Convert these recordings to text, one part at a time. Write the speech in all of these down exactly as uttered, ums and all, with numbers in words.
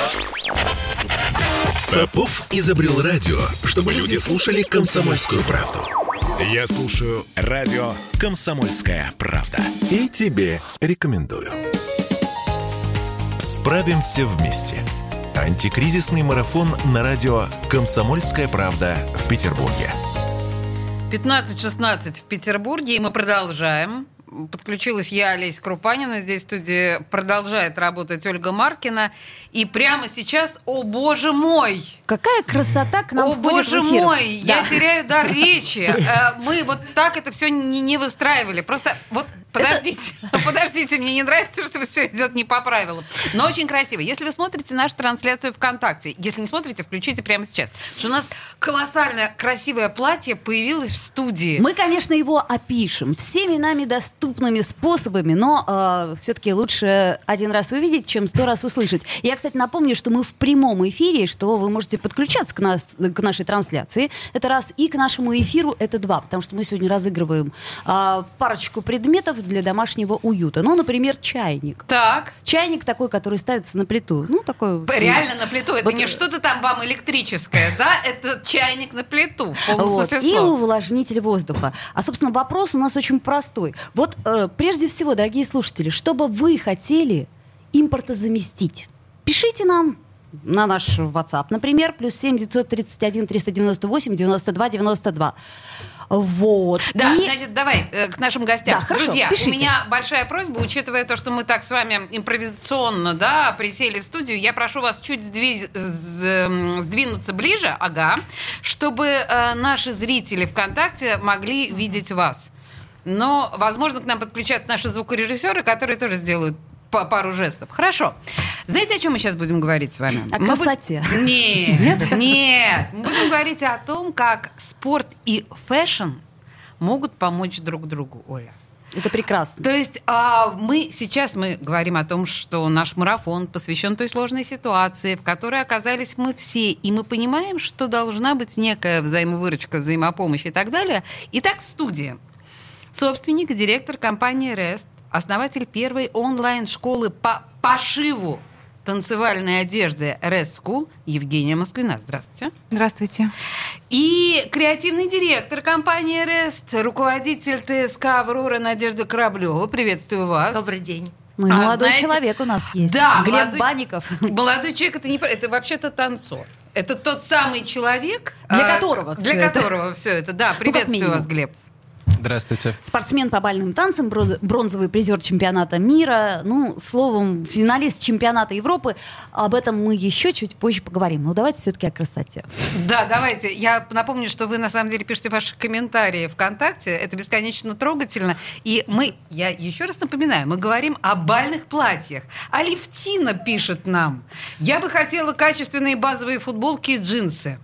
Попов изобрел радио, чтобы люди слушали «Комсомольскую правду». Я слушаю радио «Комсомольская правда». И тебе рекомендую. Справимся вместе. Антикризисный марафон на радио «Комсомольская правда» в Петербурге. пятнадцать шестнадцать в Петербурге, и мы продолжаем. Подключилась я, Олеся Крупанина. Здесь в студии продолжает работать Ольга Маркина. И прямо сейчас, о боже мой! Какая красота к нам О входит боже в эфир. мой! Да. Я теряю дар речи. Мы вот так это все не, не выстраивали. Просто вот подождите, это... подождите, мне не нравится, что все идет не по правилам. Но очень красиво. Если вы смотрите нашу трансляцию ВКонтакте, если не смотрите, включите прямо сейчас. Что у нас колоссальное красивое платье появилось в студии. Мы, конечно, его опишем всеми нами доступными способами, но э, все-таки лучше один раз увидеть, чем сто раз услышать. Я, кстати, напомню, что мы в прямом эфире, что вы можете подключаться к, нас, к нашей трансляции. Это раз. И к нашему эфиру это два, потому что мы сегодня разыгрываем э, парочку предметов для домашнего уюта. Ну, например, чайник. Так. Чайник такой, который ставится на плиту. Ну, такой... Реально на плиту. Это вот... не что-то там вам электрическое, да? Это чайник на плиту. В полном вот. смысле И слова. увлажнитель воздуха. А, собственно, вопрос у нас очень простой. Вот, э, прежде всего, дорогие слушатели, что бы вы хотели импортозаместить? Пишите нам на наш WhatsApp, например, плюс семь девятьсот тридцать один триста девяносто восемь девяносто два девяносто два. Вот. Да, и... значит, давай э, к нашим гостям. Да, хорошо, Друзья, пишите. У меня большая просьба, учитывая то, что мы так с вами импровизационно, да, присели в студию, я прошу вас чуть сдвиг... сдвинуться ближе, ага, чтобы э, наши зрители ВКонтакте могли видеть вас. Но, возможно, к нам подключатся наши звукорежиссеры, которые тоже сделают по пару жестов. Хорошо. Знаете, о чем мы сейчас будем говорить с вами? О Мы красоте. Буд... Нет, нет, нет. Мы будем говорить о том, как спорт и фэшн могут помочь друг другу, Оля. Это прекрасно. То есть а, мы сейчас мы говорим о том, что наш марафон посвящен той сложной ситуации, в которой оказались мы все, и мы понимаем, что должна быть некая взаимовыручка, взаимопомощь и так далее. Итак, в студии собственник и директор компании Rest, основатель первой онлайн-школы по пошиву танцевальной одежды Rest School Евгения Москвина. Здравствуйте. Здравствуйте. И креативный директор компании Rest, руководитель ТСК «Аврора» Надежда Кораблева. Приветствую вас. Добрый день. Ну и А, молодой знаете, человек у нас есть. Да, Глеб молодой, Банников. Молодой человек, это, не, это вообще-то танцор. Это тот самый человек, Для а, которого для все это. которого все это. Да, Ну, как приветствую минимум. вас, Глеб. Здравствуйте. Спортсмен по бальным танцам, бро- бронзовый призер чемпионата мира, ну, словом, финалист чемпионата Европы. Об этом мы еще чуть позже поговорим. Но давайте все-таки о красоте. Да, давайте. Я напомню, что вы на самом деле пишете ваши комментарии ВКонтакте. Это бесконечно трогательно. И мы, я еще раз напоминаю, мы говорим о бальных платьях. Алевтина пишет нам: я бы хотела качественные базовые футболки и джинсы.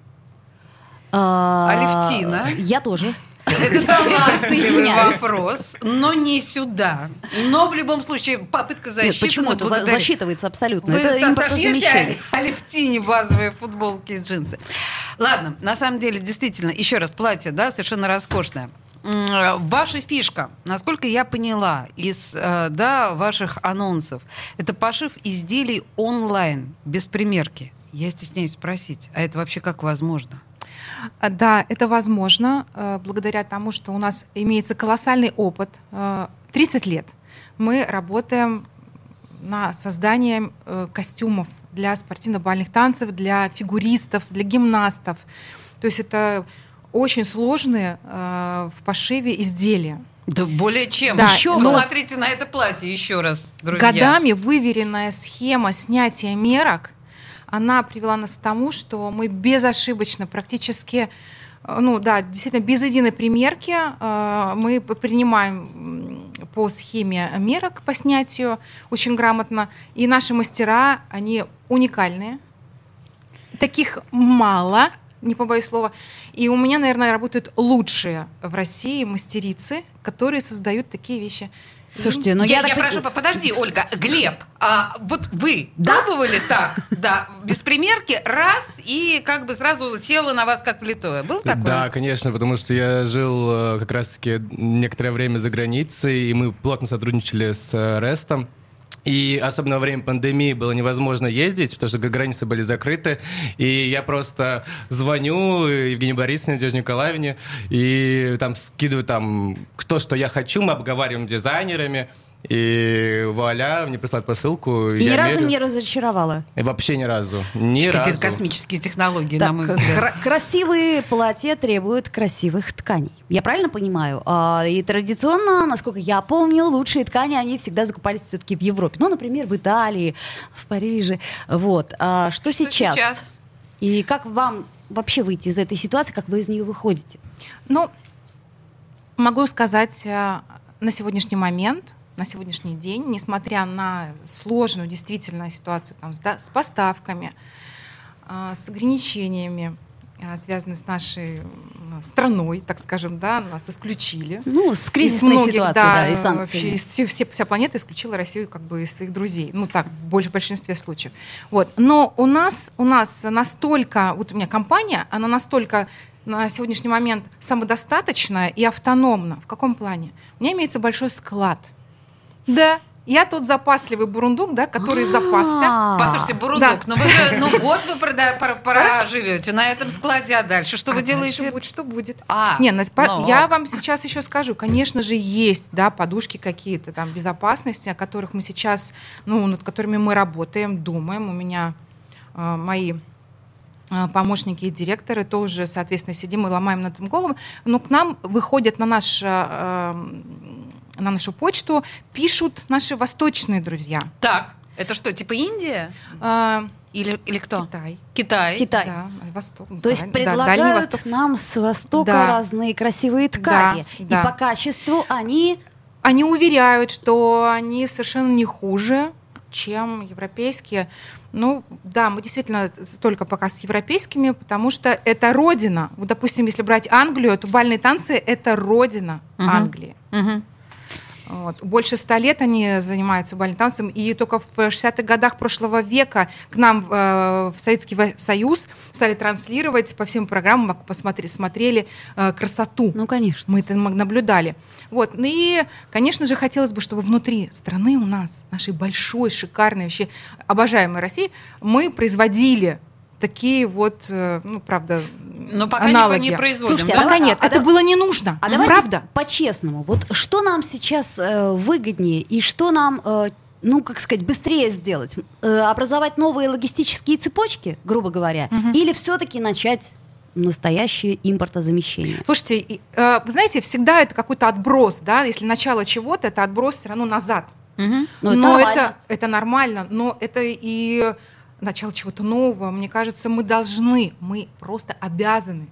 А, Алевтина. Я тоже. Это талантливый Присоединяюсь. вопрос, но не сюда. Но в любом случае попытка Нет, защиты. почему это за- засчитывается абсолютно? Вы Это сошьете импортозамещение. Алевтине базовые футболки и джинсы. Ладно, на самом деле, действительно, еще раз, платье, да, совершенно роскошное. М, Ваша фишка, насколько я поняла из э, да, ваших анонсов, это пошив изделий онлайн, без примерки. Я стесняюсь спросить, а это вообще как возможно? А, Да, это возможно, э, благодаря тому, что у нас имеется колоссальный опыт. Э, тридцать лет мы работаем на создание э, костюмов для спортивно-бальных танцев, для фигуристов, для гимнастов. То есть это очень сложные э, в пошиве изделия. Да более чем. Да, Еще но- посмотрите на это платье еще раз, друзья. Годами выверенная схема снятия мерок, она привела нас к тому, что мы безошибочно, практически, э, ну да, действительно, без единой примерки э, мы п- принимаем м, по схеме мерок по снятию очень грамотно. И наши мастера, они уникальные. Таких мало, не побоюсь слова. И у меня, наверное, работают лучшие в России мастерицы, которые создают такие вещи. Слушайте, но я, я, я так- прошу, подожди, Ольга, Глеб, а вот вы Да? пробовали так, да, без примерки, раз, и как бы сразу села на вас как влитое? Был такое? Да, конечно, потому что я жил э, как раз-таки некоторое время за границей, и мы плотно сотрудничали с э, Рестом. И особенно во время пандемии было невозможно ездить, потому что границы были закрыты. И я просто звоню Евгении Борисовне, Надежде Николаевне, и там скидываю там, кто что я хочу, мы обговариваем с дизайнерами. И вуаля, мне прислали посылку. И ни я разу мерю. не разочаровала? И вообще ни разу. Ни Какие-то разу. космические технологии, Так, на мой взгляд. кра- красивые платья требуют красивых тканей. Я правильно понимаю? А, и традиционно, насколько я помню, лучшие ткани, они всегда закупались все-таки в Европе. Ну, например, в Италии, в Париже. Вот. А что, Что сейчас? сейчас? И как вам вообще выйти из этой ситуации, как вы из нее выходите? Ну, могу сказать, э, на сегодняшний момент, на сегодняшний день, несмотря на сложную действительно ситуацию там, с, да, с поставками, э, с ограничениями, э, связанными с нашей м, страной, так скажем, да, нас исключили. Ну, с Из кризисной многих, ситуацией, да, да, и э, санкциями. вообще из всей- все- вся планета исключила Россию как бы из своих друзей. Ну так, в больш- в большинстве случаев. Вот. Но у нас, у нас настолько, вот у меня компания, она настолько на сегодняшний момент самодостаточная и автономна. В каком плане? У меня имеется большой склад. Да. Я тот запасливый бурундук, да, который запасся. А, Послушайте, Бурундук, ну вы же, ну год вы прода- про- проживете на этом складе, а дальше что вы А дальше делаете? будет, что будет? А, Не, на- по- ну. я вам сейчас еще скажу, конечно же, есть, да, подушки какие-то там безопасности, о которых мы сейчас, ну, над которыми мы работаем, думаем. У меня э, мои э, помощники и директоры тоже, соответственно, сидим и ломаем над этим голову. Но к нам выходят на наш э, на нашу почту, пишут наши восточные друзья. Так, это что, типа Индия? Э, Или, или кто? Китай. Китай. Китай. Да, Восток. То есть да, Дальний предлагают Восток. нам с Востока Да. разные красивые ткани. Да, И да. по качеству они... Они уверяют, что они совершенно не хуже, чем европейские. Ну, да, мы действительно только пока с европейскими, потому что это родина. Вот, допустим, если брать Англию, то бальные танцы — это родина Мгм. Англии. Мгм. Вот. Больше ста лет они занимаются бальным танцем, и только в шестидесятых годах прошлого века к нам э, в Советский Во- Союз стали транслировать по всем программам, посмотри, смотрели э, красоту. Ну, конечно. Мы это м- наблюдали. Вот. Ну и, конечно же, хотелось бы, чтобы внутри страны у нас, нашей большой, шикарной, вообще обожаемой России, мы производили такие вот, э, ну, правда, Но пока аналоги. не производим, Слушайте, да? а Пока давай- нет, а это да- было не нужно. А давайте Правда? по-честному. Вот что нам сейчас э, выгоднее и что нам, э, ну, как сказать, быстрее сделать? Э, образовать новые логистические цепочки, грубо говоря, или все-таки начать настоящее импортозамещение? Слушайте, и, э, вы знаете, всегда это какой-то отброс, да, если начало чего-то, это отброс все равно назад. Мгм. Ну, это но нормально. это, это нормально, но это и начало чего-то нового. Мне кажется, мы должны, мы просто обязаны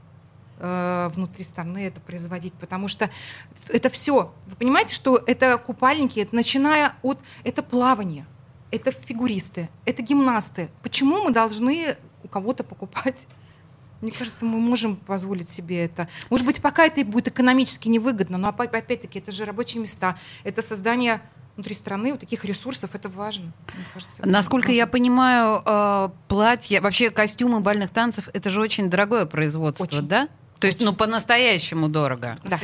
э, внутри страны это производить, потому что это все. Вы понимаете, что это купальники, это начиная от, это плавание, это фигуристы, это гимнасты. Почему мы должны у кого-то покупать? Мне кажется, мы можем позволить себе это. Может быть, пока это и будет экономически невыгодно, но опять- опять-таки это же рабочие места, это создание внутри страны вот таких ресурсов, это важно. Мне кажется, это Насколько важно. я понимаю, э, платья, вообще костюмы бальных танцев, это же очень дорогое производство, Очень. да? То есть, ну, по-настоящему дорого. Да.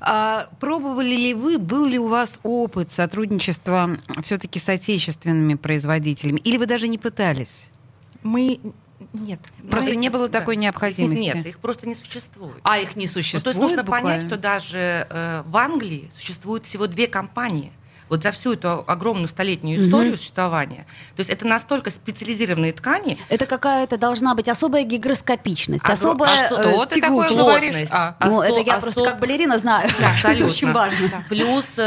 А пробовали ли вы, был ли у вас опыт сотрудничества все-таки с отечественными производителями? Или вы даже не пытались? Мы нет. Просто Знаете, не было Да. такой Их необходимости? Нет, их просто не существует. А их не Ну, существует? то есть нужно буквально? понять, что даже э, в Англии существует всего две компании. Вот за всю эту огромную столетнюю историю существования. То есть это настолько специализированные ткани. Это какая-то должна быть особая гигроскопичность, А особая что- э, что ты такое тягучесть. говоришь? плотность, А. Ну, осо- это я осо- просто как балерина знаю, Да, что это абсолютно. очень важно. Да. Плюс э,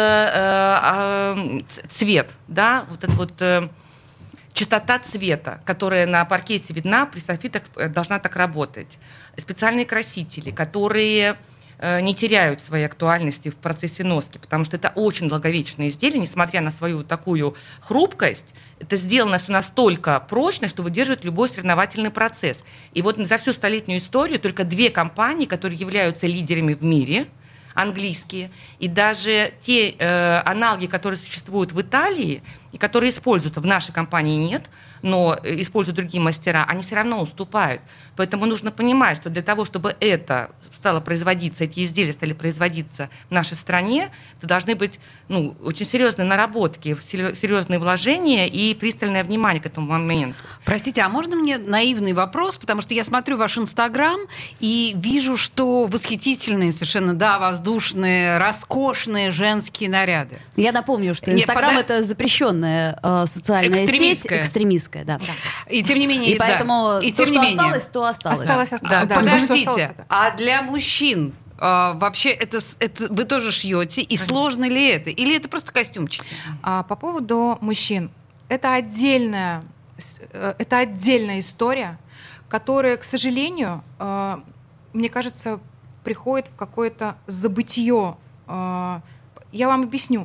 э, э, ц- цвет, да, вот это вот э, частота цвета, которая на паркете видна, при софитах э, должна так работать. Специальные красители, которые э, не теряют своей актуальности в процессе носки, потому что это очень долговечное изделие, несмотря на свою такую хрупкость, это сделано все настолько прочно, что выдерживает любой соревновательный процесс. И вот за всю столетнюю историю только две компании, которые являются лидерами в мире, английские, и даже те э, аналоги, которые существуют в Италии, и которые используются, в нашей компании нет, но используют другие мастера, они все равно уступают. Поэтому нужно понимать, что для того, чтобы это стало производиться, эти изделия стали производиться в нашей стране, это должны быть ну, очень серьезные наработки, серьезные вложения и пристальное внимание к этому моменту. Простите, а можно мне наивный вопрос? Потому что я смотрю ваш Инстаграм и вижу, что восхитительные совершенно, да, воздушные, роскошные женские наряды. Я напомню, что Инстаграм — Нет, это запрещенная э, социальная экстремистская. сеть, экстремистская, да. да. И тем не менее, и да. поэтому и то, тем что не менее. осталось, то осталось. Осталось, осталось. Да, Да, подождите, что осталось, да. а для мужчин а, вообще это, это вы тоже шьете? И Конечно. Сложно ли это? Или это просто костюмчики? А, по поводу мужчин. Это отдельная, это отдельная история, которая, к сожалению, э, мне кажется, приходит в какое-то забытье. Э, я вам объясню.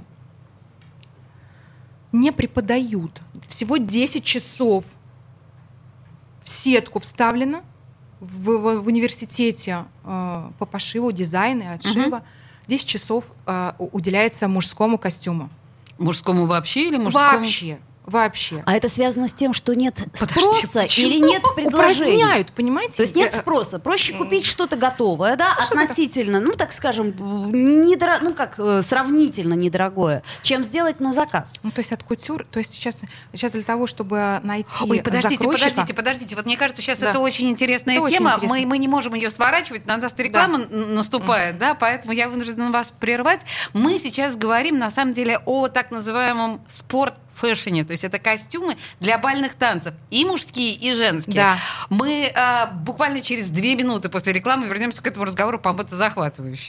Не преподают. Всего десять часов в сетку вставлено в, в, в университете э, по пошиву, дизайну и отшива. Uh-huh. десять часов э, уделяется мужскому костюму. Мужскому вообще или мужскому? Вообще. Вообще. А это связано с тем, что нет Подожди, спроса почему? или нет предложений? Упраздняют, понимаете? То есть нет спроса. Проще купить что-то готовое, да, ну, относительно, ну, так скажем, недоро... ну, как э, сравнительно недорогое, чем сделать на заказ. Ну, то есть от кутюр, то есть сейчас, сейчас для того, чтобы найти Ой, подождите, закройщика... подождите, подождите. Вот мне кажется, сейчас да. это очень интересная это тема. очень интересно. мы, мы не можем ее сворачивать, на нас реклама да. наступает, mm. да, поэтому я вынуждена вас прервать. Мы сейчас говорим, на самом деле, о так называемом спорт фэшне, то есть это костюмы для бальных танцев, и мужские, и женские. Да. Мы э, буквально через две минуты после рекламы вернемся к этому разговору, по-моему, это захватывающе.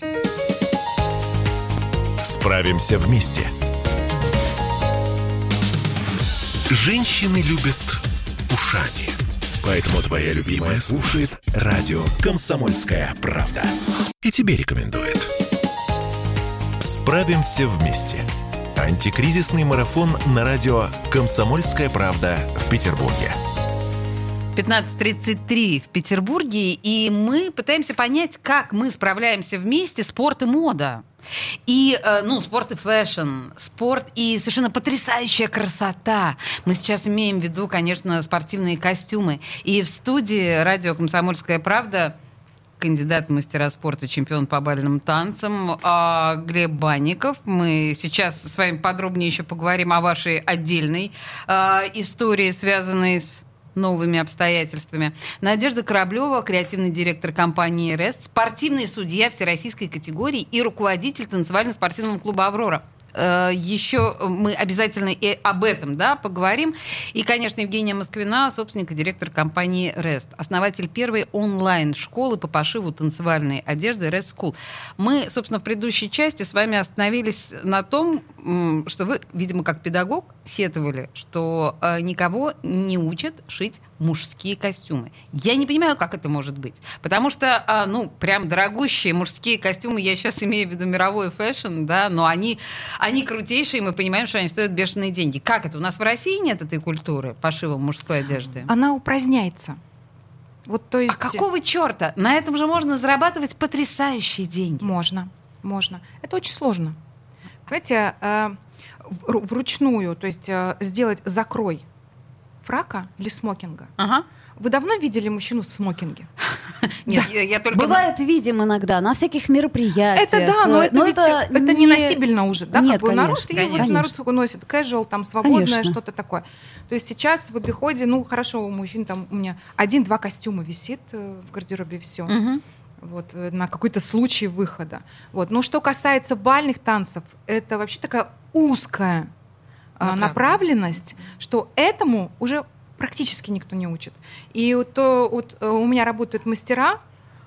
Справимся вместе. Женщины любят ушами, поэтому твоя любимая слушает радио «Комсомольская правда». И тебе рекомендует. Справимся вместе. Антикризисный марафон на радио «Комсомольская правда» в Петербурге. пятнадцать тридцать три в Петербурге, и мы пытаемся понять, как мы справляемся вместе спорт и мода. И, ну, спорт и фэшн, спорт и совершенно потрясающая красота. Мы сейчас имеем в виду, конечно, спортивные костюмы. И в студии радио «Комсомольская правда» кандидат в мастера спорта, чемпион по бальным танцам а, Глеб Банников. Мы сейчас с вами подробнее еще поговорим о вашей отдельной а, истории, связанной с новыми обстоятельствами. Надежда Кораблева, креативный директор компании «Рест», спортивный судья всероссийской категории и руководитель танцевально-спортивного клуба «Аврора». Еще мы обязательно и об этом, да, поговорим. И, конечно, Евгения Москвина, собственник и директор компании «Рест», основатель первой онлайн-школы по пошиву танцевальной одежды «Рест School». Мы, собственно, в предыдущей части с вами остановились на том, что вы, видимо, как педагог, сетовали, что никого не учат шить мужские костюмы. Я не понимаю, как это может быть. Потому что, ну, прям дорогущие мужские костюмы, я сейчас имею в виду мировой фэшн, да, но они, они крутейшие, и мы понимаем, что они стоят бешеные деньги. Как это? У нас в России нет этой культуры пошива мужской одежды? Она упраздняется. Вот, то есть... А какого черта? На этом же можно зарабатывать потрясающие деньги. Можно, можно. Это очень сложно. Понимаете, э, вручную, то есть э, сделать закрой фрака или смокинга. Ага. Вы давно видели мужчину в смокинге? Нет, да. я, я только... Бывает, видим иногда, на всяких мероприятиях. Это да, но, но это, это, это не носибельно уже. Да? Нет, как бы народ, конечно, и конечно. вот народ носит casual, там, свободное, конечно. Что-то такое. То есть сейчас в обиходе, ну, хорошо, у мужчин там у меня один-два костюма висит в гардеробе, все. Угу. Вот, на какой-то случай выхода. Вот. Но что касается бальных танцев, это вообще такая узкая а, направленность, что этому уже практически никто не учит. И вот, то, вот у меня работают мастера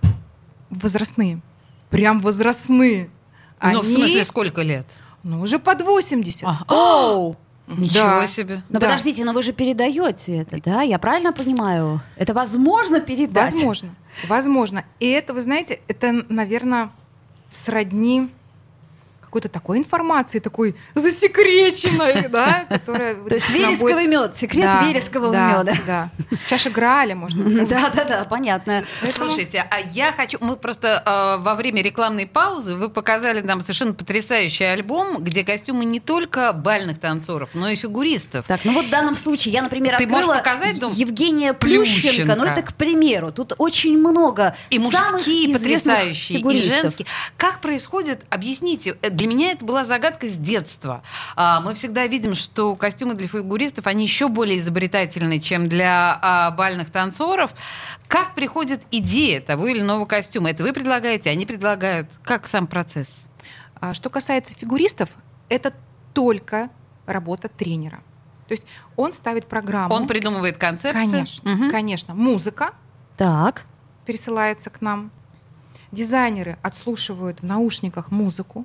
возрастные, прям возрастные. Ну, Они, в смысле, сколько лет? Ну, уже под восемьдесят. А, оу! Ничего Да. себе. Но Да. подождите, но вы же передаете это, да? Я правильно понимаю? Это возможно передать? какой-то такой информации, такой засекреченной, да, которая... То есть вересковый мед, секрет верескового меда. Да, чаша Грааля, можно сказать. Да-да-да, понятно. Слушайте, а я хочу... Мы просто э, во время рекламной паузы вы показали нам совершенно потрясающий альбом, где костюмы не только бальных танцоров, но и фигуристов. Так, ну вот в данном случае я, например, Ты открыла показать, ну, Евгения Плющенко, Плющенко. ну это к примеру. Тут очень много и мужские потрясающие, фигуристов. И женские. Как происходит? Объясните. Для меня это была загадка с детства. А, мы всегда видим, что костюмы для фигуристов, они еще более изобретательны, чем для а, бальных танцоров. Как приходит идея того или иного костюма? Это вы предлагаете, они предлагают. Как сам процесс? А, что касается фигуристов, это только работа тренера. То есть он ставит программу. Он придумывает концепцию? Конечно, угу. конечно. Музыка так. пересылается к нам. Дизайнеры отслушивают в наушниках музыку,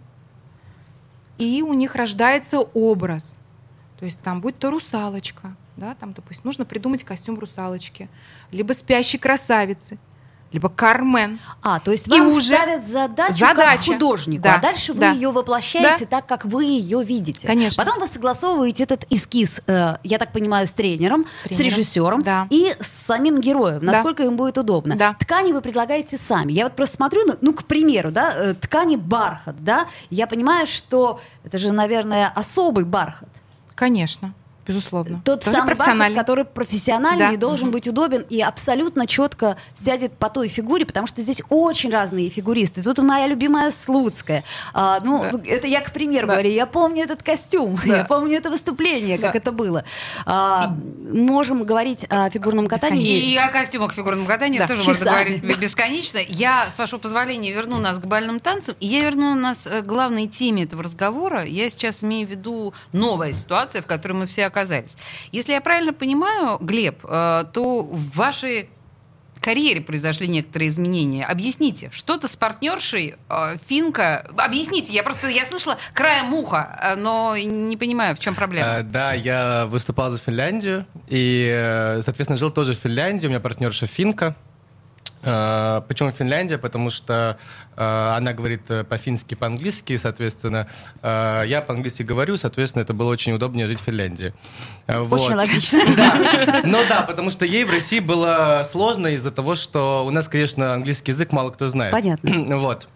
и у них рождается образ. То есть там будь то русалочка, да, там, допустим, нужно придумать костюм русалочки, либо спящей красавицы, либо Кармен. А, то есть И вам уже ставят задачу задача. как художнику, Да. а дальше вы Да. ее воплощаете Да. так, как вы ее видите. Конечно. Потом вы согласовываете этот эскиз, э, я так понимаю, с тренером, с, тренером. режиссером Да. и с самим героем, Да. насколько им будет удобно. Да. Ткани вы предлагаете сами. Я вот просто смотрю, ну, ну, к примеру, да, э, ткани бархат, да, я понимаю, что это же, наверное, особый бархат. Конечно, безусловно. Тот Тоже самый бархат, профессиональный. который профессиональный Да. и должен Мгм. быть удобен и абсолютно четко сядет по той фигуре, потому что здесь очень разные фигуристы. Тут моя любимая Слуцкая. А, ну, Да. это я, к примеру, Да. говорю, я помню этот костюм, Да. я помню это выступление, как Да. это было. А, можем говорить о фигурном катании. И о костюмах фигурного катания Да. тоже можно Часами. говорить бесконечно. Я, с вашего позволения, верну нас к бальным танцам. И я верну нас к главной теме этого разговора. Я сейчас имею в виду новая ситуация, в которой мы все оказались. Если я правильно понимаю, Глеб, э, то в вашей карьере произошли некоторые изменения. Объясните, что-то с партнершей э, Финка... Объясните, я просто я слышала краем уха, э, но не понимаю, в чем проблема. А, да, я выступал за Финляндию, и, э, соответственно, жил тоже в Финляндии, у меня партнерша финка. Э, Почему Финляндия? Потому что э, она говорит э, по-фински, по-английски, соответственно, э, я по-английски говорю, соответственно, это было очень удобнее жить в Финляндии. Э, Очень вот. логично. Да. Ну да, потому что ей в России было сложно из-за того, что у нас, конечно, английский язык мало кто знает. Понятно. Вот.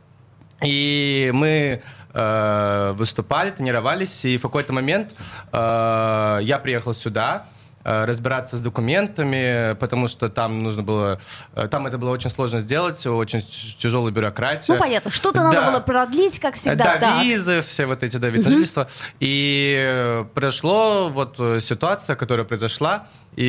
И мы э, выступали, тренировались, и в какой-то момент э, я приехал сюда э, разбираться с документами, потому что там нужно было, э, там это было очень сложно сделать, очень тяжелая бюрократия. Ну, понятно, что-то надо Да. было продлить, как всегда. Да, так. визы, все вот эти, да, вид на жительство. И э, произошла вот э, ситуация, которая произошла,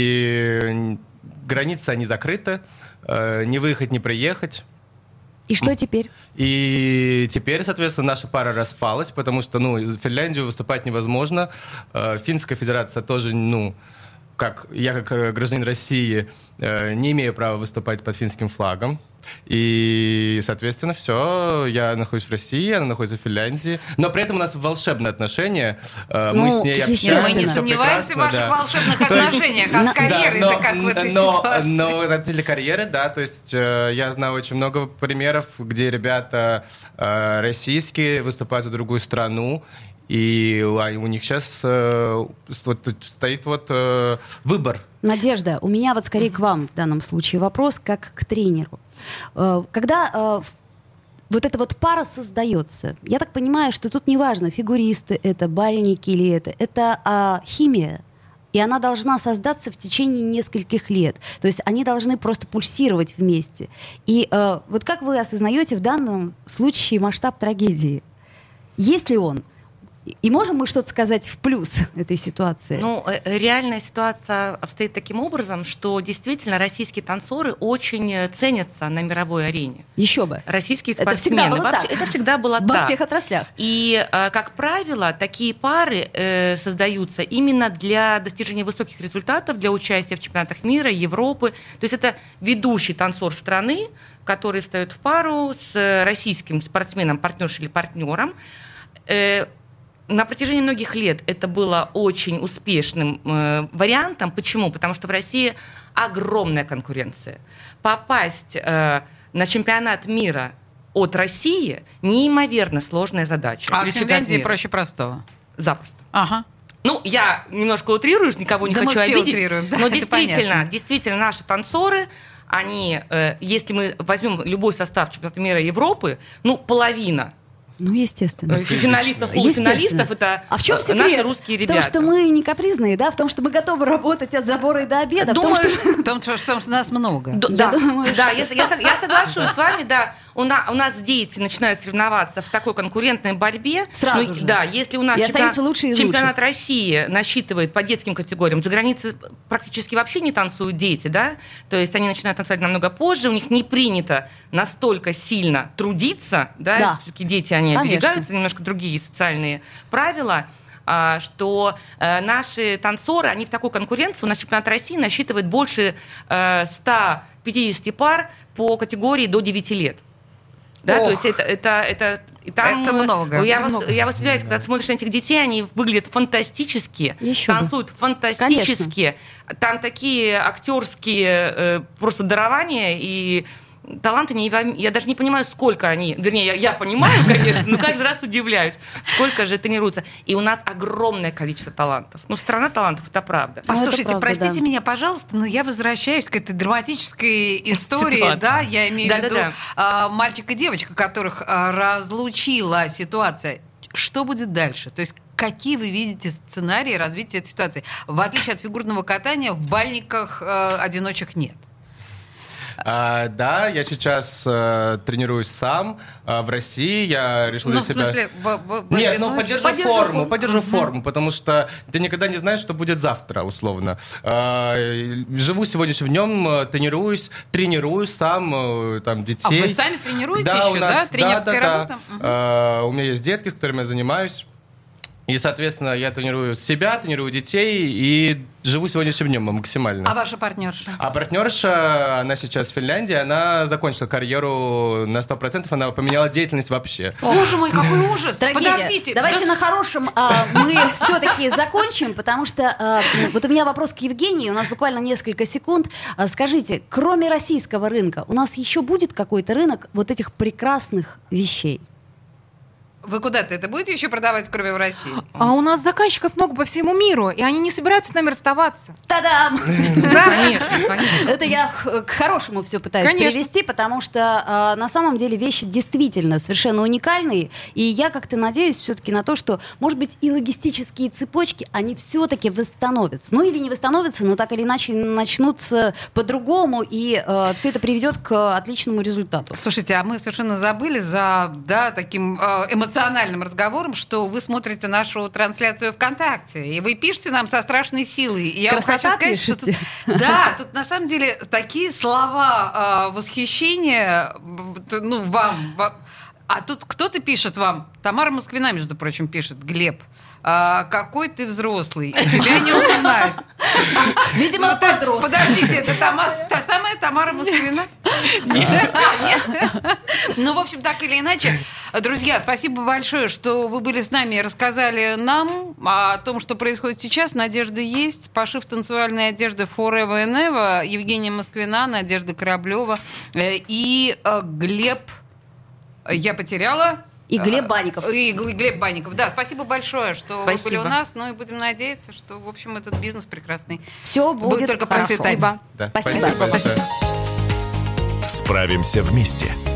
и границы, они закрыты, э, не выехать, не приехать. И что теперь? И теперь, соответственно, наша пара распалась, потому что, ну, в Финляндию выступать невозможно. Э, Финская федерация тоже, ну, как я как гражданин России э, не имею права выступать под финским флагом. И, соответственно, все, я нахожусь в России, она находится в Финляндии. Но при этом у нас волшебные отношения. Э, Ну, мы с ней естественно. общаемся. Мы не всё сомневаемся в прекрасно, ваших да. волшебных То есть- отношениях, а с Да, карьерой-то но, как в этой но, ситуации? но для карьеры, да, то есть э, я знаю очень много примеров, где ребята э, российские выступают за другую страну, и у, а у них сейчас э, с- вот, тут стоит вот э, выбор. Надежда, у меня вот скорее к вам в данном случае вопрос, как к тренеру. Э, Когда э, в- вот эта вот пара создается, я так понимаю, что тут неважно, фигуристы это, бальники или это, это а, химия. И она должна создаться в течение нескольких лет. То есть они должны просто пульсировать вместе. И э, вот как вы осознаете в данном случае масштаб трагедии? Есть ли он? И можем мы что-то сказать в плюс этой ситуации? Ну, э, э, реальная ситуация обстоит таким образом, что действительно российские танцоры очень э, ценятся на мировой арене. Еще бы. Российские Это всегда спортсмены. было Во так. вс- Это всегда было Во так. всех отраслях. И, э, как правило, такие пары э, создаются именно для достижения высоких результатов, для участия в чемпионатах мира, Европы. То есть это ведущий танцор страны, который встает в пару с э, российским спортсменом, партнершей или партнером. Э, На протяжении многих лет это было очень успешным э, вариантом. Почему? Потому что в России огромная конкуренция. Попасть э, на чемпионат мира от России неимоверно сложная задача. А в Финляндии проще простого? Запросто. Ага. Ну, я немножко утрирую, никого не да хочу мы все обидеть. Утрируем, да, но действительно, действительно, наши танцоры, они, э, если мы возьмем любой состав чемпионата мира Европы, ну, половина. Ну, естественно. Финалистов, полуфиналистов — это а в чем секрет? Наши русские ребята. В том, что мы не капризные, да? В том, что мы готовы работать от забора и до обеда. Думаю, в том, что... в том, что, в том, что нас много. Д- да, думаю, да что... я, я, я соглашусь с вами, да. У, на, у нас дети начинают соревноваться в такой конкурентной борьбе. Сразу ну, же. Да, если у нас и чемпионат, лучше чемпионат России насчитывает по детским категориям, за границей практически вообще не танцуют дети, да? То есть они начинают танцевать намного позже, у них не принято настолько сильно трудиться, да? Да. Все-таки дети, они Конечно. оберегаются, немножко другие социальные правила, что наши танцоры, они в такой конкуренции, у нас чемпионат России насчитывает больше ста пятидесяти пар по категории до девяти лет. Да, Ох, то есть это, это, это, и там, это много. Я, это вас, много. я вас удивляюсь, когда ты смотришь на этих детей, они выглядят фантастически, Еще танцуют бы. фантастически. Конечно. Там такие актерские э, просто дарования и таланты, не, я даже не понимаю, сколько они, вернее, я, я понимаю, конечно, но каждый раз удивляюсь, сколько же тренируются. И у нас огромное количество талантов. Ну, страна талантов, это правда. Послушайте, правда, простите да. меня, пожалуйста, но я возвращаюсь к этой драматической истории, Ситуация. да, я имею да, в виду да, да. а, мальчик и девочка, которых а, разлучила ситуация. Что будет дальше? То есть какие вы видите сценарии развития этой ситуации? В отличие от фигурного катания, в бальниках э, одиночек нет. А, да, я сейчас э, тренируюсь сам а, в России. Я решил Ну, для в себя... смысле, в, в, в Нет, ну одиночку? поддержу, Поддержу форму, форму. поддержу Мгм. форму, потому что ты никогда не знаешь, что будет завтра, условно. А, живу сегодняшним днем, тренируюсь, тренирую сам э, там детей. А вы сами тренируете да, еще, у нас, да? Тренерская да, да, работа? да. Мгм. А, у меня есть детки, с которыми я занимаюсь. И, соответственно, я тренирую себя, тренирую детей и живу сегодняшним днем максимально. А ваша партнерша? А партнерша, она сейчас в Финляндии, она закончила карьеру на сто процентов, она поменяла деятельность вообще. Боже мой, какой ужас! Трагедия. Подождите. Давайте да на хорошем а, мы все-таки закончим, потому что а, вот у меня вопрос к Евгении, у нас буквально несколько секунд. А, скажите, кроме российского рынка, у нас еще будет какой-то рынок вот этих прекрасных вещей? Вы куда-то это будете еще продавать, кроме в России? А у нас заказчиков много по всему миру, и они не собираются с нами расставаться. Та-дам! Конечно, конечно. Это я х- к хорошему все пытаюсь Конечно. перевести, потому что а, на самом деле вещи действительно совершенно уникальные. И я как-то надеюсь все-таки на то, что, может быть, и логистические цепочки, они все-таки восстановятся. Ну или не восстановятся, но так или иначе начнутся по-другому, и все это приведет к отличному результату. Слушайте, а мы совершенно забыли за да, таким э, эмоциональным разговором, что вы смотрите нашу трансляцию ВКонтакте, и вы пишете нам со страшной силой. И я вам Красота хочу сказать, что пишете? тут, да, тут на самом деле такие слова э, восхищения, ну, вам, вам. А тут кто-то пишет вам, Тамара Москвина, между прочим, пишет, Глеб, а, какой ты взрослый, тебя не узнать. Видимо, Ну, то есть, подрос. подождите, это Тома- та самая Тамара Москвина? Нет. Ну, в общем, так или иначе, друзья, спасибо большое, что вы были с нами и рассказали нам о том, что происходит сейчас. Надежда есть. Пошив танцевальной одежды Forever and Ever. Евгения Москвина, Надежда Кораблева э, и э, Глеб. Я потеряла. И Глеб Банников. И Гл- Глеб Банников. Да, спасибо большое, что Спасибо. вы были у нас. Ну и будем надеяться, что, в общем, этот бизнес прекрасный. Все Будет будет только хорошо. процветать. Спасибо. Да, Спасибо. спасибо большое. Справимся вместе.